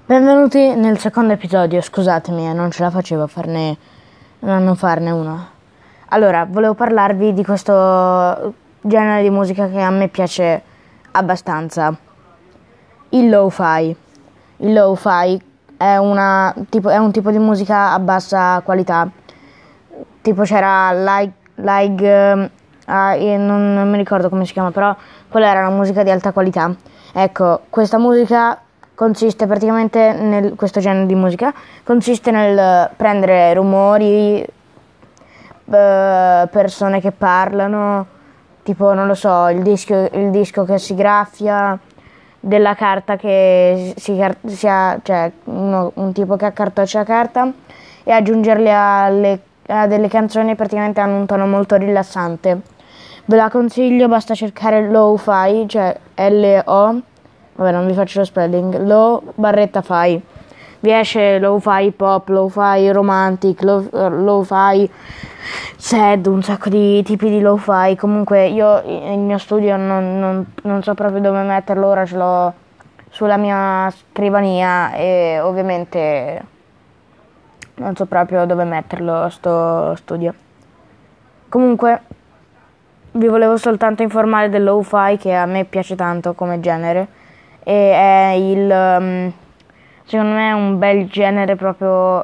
Benvenuti nel secondo episodio, scusatemi, non ce la facevo a non farne uno. Allora, volevo parlarvi di questo genere di musica che a me piace abbastanza, il lo-fi. Il lo-fi è un tipo di musica a bassa qualità, tipo c'era non mi ricordo come si chiama, però quella era una musica di alta qualità. Ecco, questa musica questo genere di musica consiste nel prendere rumori, persone che parlano, tipo non lo so, il disco che si graffia, della carta che un tipo che accartoccia la carta e aggiungerle a delle canzoni praticamente hanno un tono molto rilassante. Ve la consiglio, basta cercare lo-fi, cioè L-O, vabbè non vi faccio lo spelling, lo-fi. Vi esce lo-fi pop, lo-fi romantic, lo-fi sad, un sacco di tipi di lo-fi. Comunque io il mio studio non so proprio dove metterlo, ora ce l'ho sulla mia scrivania e ovviamente non so proprio dove metterlo sto studio. Comunque vi volevo soltanto informare del lo-fi che a me piace tanto come genere e è secondo me è un bel genere proprio.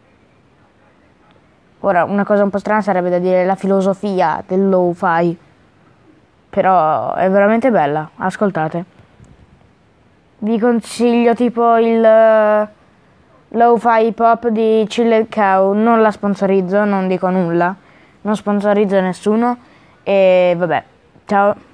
Ora, una cosa un po' strana sarebbe da dire la filosofia del lo-fi, però è veramente bella, ascoltate. Vi consiglio tipo il lo-fi pop di Chilled Cow, non la sponsorizzo, non dico nulla, non sponsorizzo nessuno e vabbè, ciao.